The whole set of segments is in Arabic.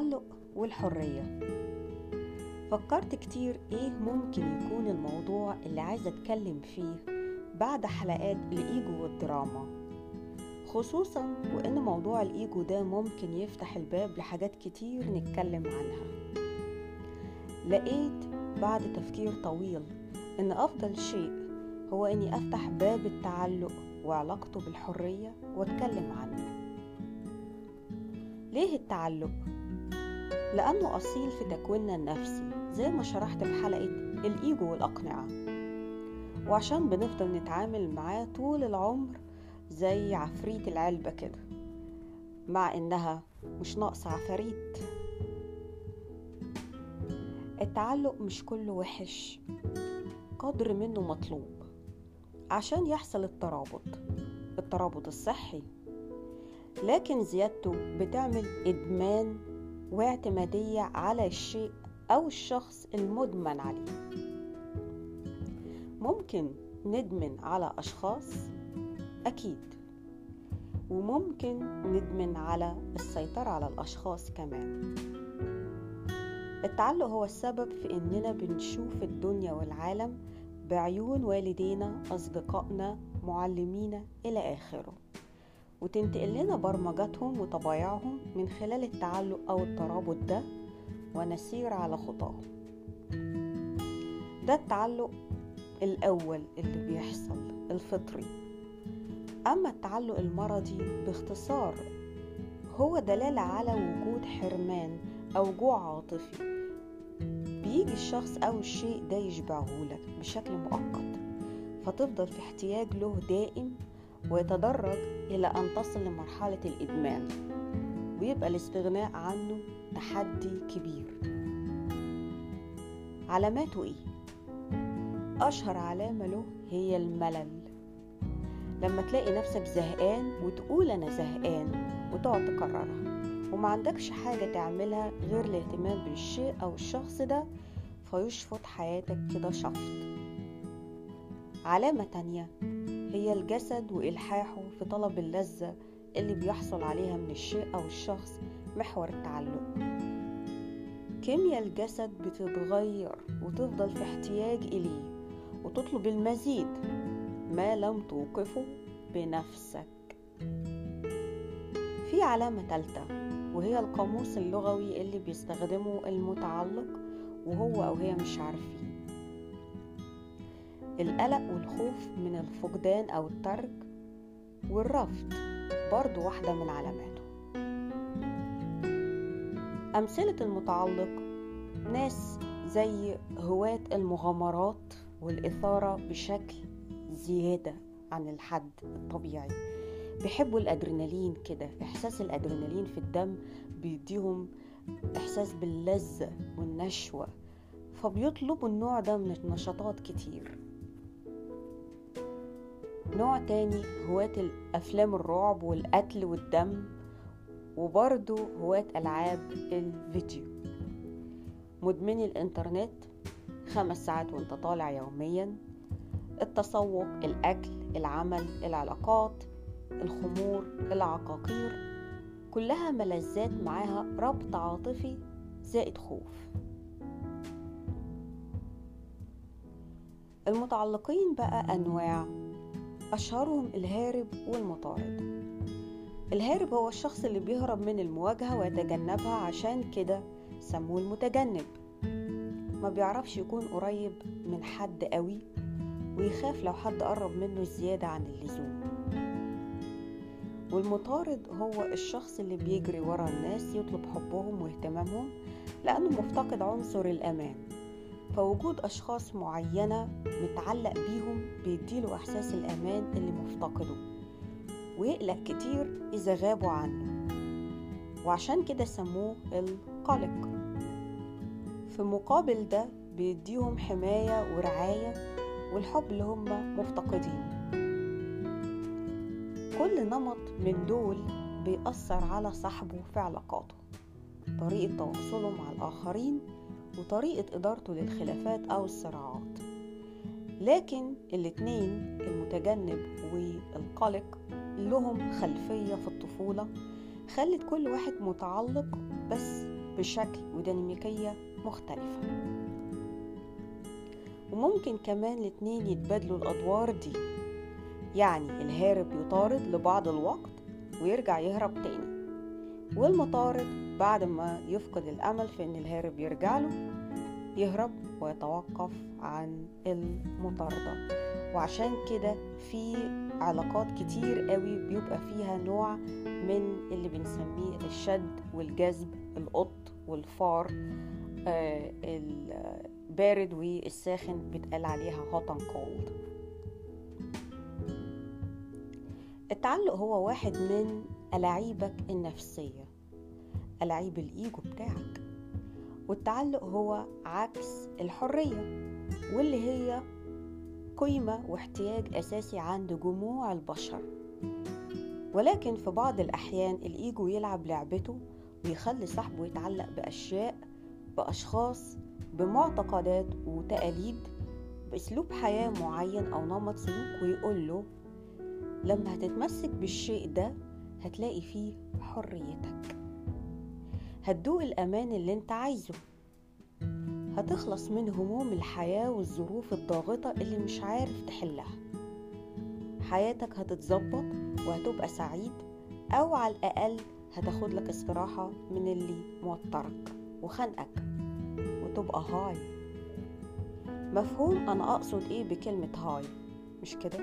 التعلق والحرية. فكرت كتير ايه ممكن يكون الموضوع اللي عايزة اتكلم فيه بعد حلقات الايجو والدراما، خصوصا وان موضوع الايجو ده ممكن يفتح الباب لحاجات كتير نتكلم عنها. لقيت بعد تفكير طويل ان افضل شيء هو اني افتح باب التعلق وعلاقته بالحرية واتكلم عنه. ليه التعلق؟ لأنه أصيل في تكويننا النفسي زي ما شرحت في حلقة الإيجو والأقنعة، وعشان بنفضل نتعامل معاه طول العمر زي عفريت العلبة كده، مع إنها مش ناقصة عفاريت. التعلق مش كله وحش، قدر منه مطلوب عشان يحصل الترابط الصحي، لكن زيادته بتعمل إدمان واعتمادية على الشيء أو الشخص المدمن عليه. ممكن ندمن على أشخاص أكيد، وممكن ندمن على السيطرة على الأشخاص كمان. التعلق هو السبب في إننا بنشوف الدنيا والعالم بعيون والدينا، أصدقائنا، معلمينا إلى آخره، وتنتقل لنا برمجتهم وطبايعهم من خلال التعلق أو الترابط ده، ونسير على خطاهم. ده التعلق الأول اللي بيحصل الفطري. أما التعلق المرضي باختصار هو دلالة على وجود حرمان أو جوع عاطفي، بيجي الشخص أو الشيء ده يشبعهولك بشكل مؤقت، فتفضل في احتياج له دائم، ويتدرج إلى أن تصل لمرحلة الإدمان، ويبقى الاستغناء عنه تحدي كبير. علاماته إيه؟ أشهر علامة له هي الملل. لما تلاقي نفسك زهقان وتقول أنا زهقان وتقعد تكررها، وما عندكش حاجة تعملها غير الاهتمام بالشيء أو الشخص ده، فيشفط حياتك كده شفط. علامة تانية هي الجسد وإلحاحه في طلب اللذة اللي بيحصل عليها من الشيء أو الشخص محور التعلق. كيمياء الجسد بتتغير وتفضل في احتياج إليه، وتطلب المزيد ما لم توقفه بنفسك. في علامة ثالثة وهي القاموس اللغوي اللي بيستخدمه المتعلق وهو أو هي مش عارفين. القلق والخوف من الفقدان أو الترك والرفض برضو واحدة من علاماته. أمثلة المتعلق ناس زي هواة المغامرات والإثارة بشكل زيادة عن الحد الطبيعي، بيحبوا الأدرينالين كده، إحساس الأدرينالين في الدم بيديهم إحساس باللذة والنشوة، فبيطلبوا النوع ده من النشاطات كتير. نوع تاني هواة الأفلام الرعب والقتل والدم، وبرضو هواة ألعاب الفيديو. مدمني الإنترنت 5 ساعات وانت طالع يوميا، التسوق، الأكل، العمل، العلاقات، الخمور، العقاقير، كلها ملذات معاها ربط عاطفي زائد خوف. المتعلقين بقى أنواع، أشهرهم الهارب والمطارد. الهارب هو الشخص اللي بيهرب من المواجهة ويتجنبها، عشان كده سموه المتجنب. ما بيعرفش يكون قريب من حد قوي، ويخاف لو حد قرب منه زيادة عن اللزوم. والمطارد هو الشخص اللي بيجري ورا الناس يطلب حبهم واهتمامهم، لأنه مفتقد عنصر الأمان، فوجود أشخاص معينة متعلق بيهم بيديله إحساس الأمان اللي مفتقده، ويقلق كتير إذا غابوا عنه، وعشان كده سموه القلق. في مقابل ده بيديهم حماية ورعاية والحب اللي هم مفتقدين. كل نمط من دول بيأثر على صاحبه في علاقاته، طريقة تواصله مع الآخرين، وطريقة إدارته للخلافات أو الصراعات. لكن الاتنين المتجنب والقلق لهم خلفية في الطفولة خلت كل واحد متعلق، بس بشكل وديناميكية مختلفة. وممكن كمان الاتنين يتبادلوا الأدوار دي، يعني الهارب يطارد لبعض الوقت ويرجع يهرب تاني، والمطارد بعد ما يفقد الأمل في أن الهارب يرجع له يهرب ويتوقف عن المطاردة. وعشان كده في علاقات كتير قوي بيبقى فيها نوع من اللي بنسميه الشد والجذب، القط والفار، البارد والساخن بيتقال عليها hot and cold. التعلق هو واحد من ألاعيبك النفسية، ألاعيب الإيجو بتاعك. والتعلق هو عكس الحرية، واللي هي قيمة واحتياج أساسي عند جموع البشر. ولكن في بعض الأحيان الإيجو يلعب لعبته ويخلي صاحبه يتعلق بأشياء، بأشخاص، بمعتقدات وتقاليد، بأسلوب حياة معين أو نمط سلوك، ويقول له لما هتتمسك بالشيء ده هتلاقي فيه حريتك، هتدوق الأمان اللي انت عايزه، هتخلص من هموم الحياة والظروف الضاغطة اللي مش عارف تحلها، حياتك هتتظبط وهتبقى سعيد، أو على الأقل هتاخد لك استراحة من اللي موترك وخنقك وتبقى هاي. مفهوم أنا أقصد إيه بكلمة هاي؟ مش كده؟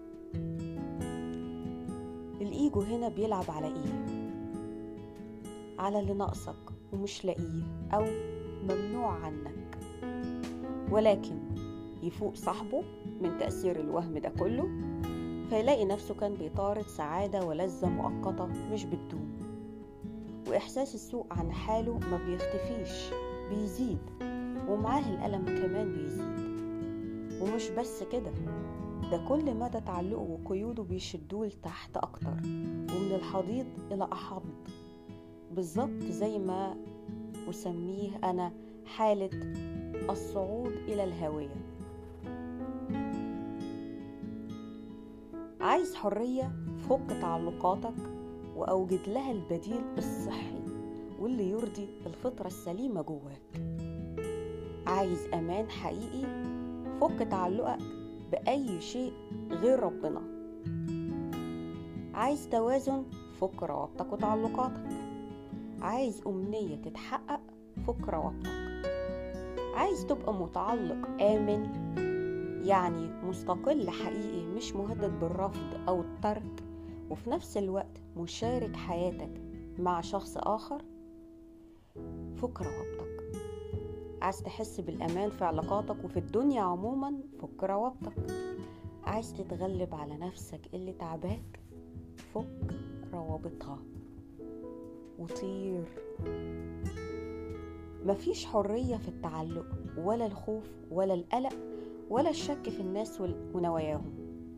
الإيجو هنا بيلعب على إيه؟ على اللي ناقصك ومش لاقيه أو ممنوع عنك، ولكن يفوق صاحبه من تأثير الوهم ده كله فيلاقي نفسه كان بيطارد سعادة ولذة مؤقتة مش بتدوم، وإحساس السوء عن حاله ما بيختفيش، بيزيد، ومعاه الألم كمان بيزيد. ومش بس كده، ده كل مدى تعلقه وقيوده بيشدوه لتحت أكتر، ومن الحضيض إلى أحض، بالظبط زي ما أسميه أنا حالة الصعود إلى الهوية. عايز حرية؟ فك تعلقاتك وأوجد لها البديل الصحي واللي يرضي الفطرة السليمة جواك. عايز أمان حقيقي؟ فك تعلقك بأي شيء غير ربنا. عايز توازن؟ فك روابطك وتعلقاتك. عايز أمنية تتحقق؟ فك روابطك. عايز تبقى متعلق آمن، يعني مستقل حقيقي مش مهدد بالرفض أو الترك، وفي نفس الوقت مشارك حياتك مع شخص آخر؟ فك روابطك. عايز تحس بالأمان في علاقاتك وفي الدنيا عموما؟ فك روابطك. عايز تتغلب على نفسك اللي تعباك؟ فك روابطها وطير. مفيش حرية في التعلق، ولا الخوف ولا القلق ولا الشك في الناس ونواياهم.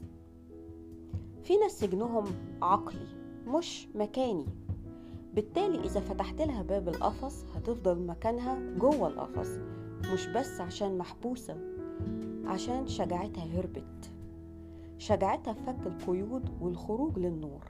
في ناس سجنهم عقلي مش مكاني، بالتالي إذا فتحت لها باب القفص هتفضل مكانها جوه القفص، مش بس عشان محبوسة، عشان شجاعتها هربت، شجاعتها فك القيود والخروج للنور.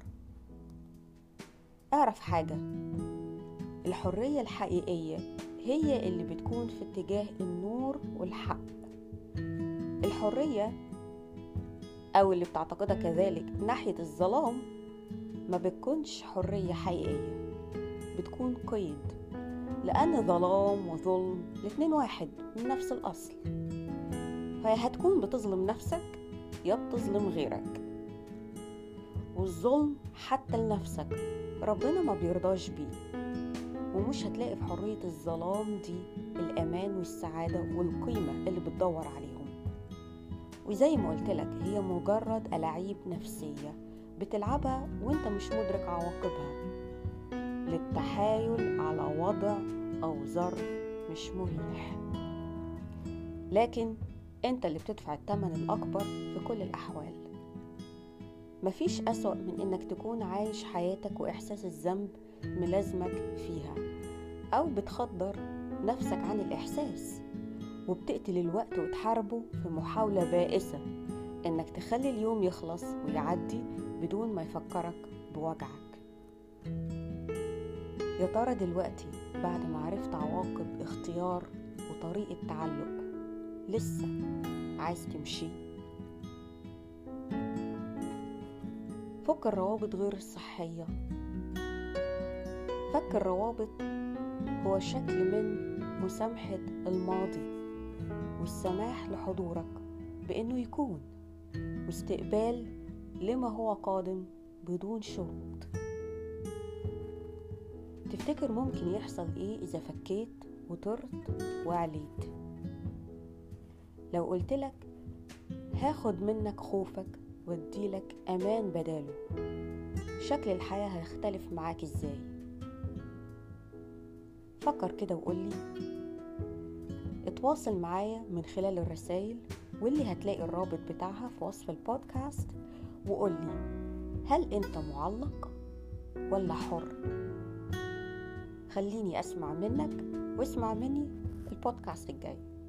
اعرف حاجة، الحرية الحقيقية هي اللي بتكون في اتجاه النور والحق. الحرية أو اللي بتعتقدها كذلك ناحية الظلام ما بتكونش حرية حقيقية، بتكون قيد، لأن ظلام وظلم الاتنين واحد من نفس الأصل. فهي هتكون بتظلم نفسك يا بتظلم غيرك، والظلم حتى لنفسك ربنا ما بيرضاش بيه، ومش هتلاقي في حرية الظلام دي الأمان والسعادة والقيمة اللي بتدور عليهم. وزي ما قلتلك هي مجرد ألاعيب نفسية بتلعبها وانت مش مدرك عواقبها، للتحايل على وضع أو ظرف مش مريح، لكن انت اللي بتدفع الثمن الأكبر في كل الأحوال. مفيش أسوأ من انك تكون عايش حياتك وإحساس الذنب ملازمك فيها، أو بتخدر نفسك عن الإحساس وبتقتل الوقت وتحاربه في محاولة بائسة انك تخلي اليوم يخلص ويعدي بدون ما يفكرك بوجعك. يا ترى دلوقتي بعد ما عرفت عواقب اختيار وطريقة تعلق لسه عايز تمشي؟ فك الروابط غير الصحية. فك الروابط هو شكل من مسامحة الماضي والسماح لحضورك بأنه يكون، واستقبال لما هو قادم بدون شروط. تفتكر ممكن يحصل ايه إذا فكيت وطرت وعليت؟ لو قلتلك هاخد منك خوفك واديلك أمان بداله، شكل الحياة هيختلف معاك ازاي؟ فكر كده وقولي. اتواصل معايا من خلال الرسائل، واللي هتلاقي الرابط بتاعها في وصف البودكاست، وقولي هل انت معلق ولا حر؟ خليني أسمع منك واسمع مني البودكاست الجاي.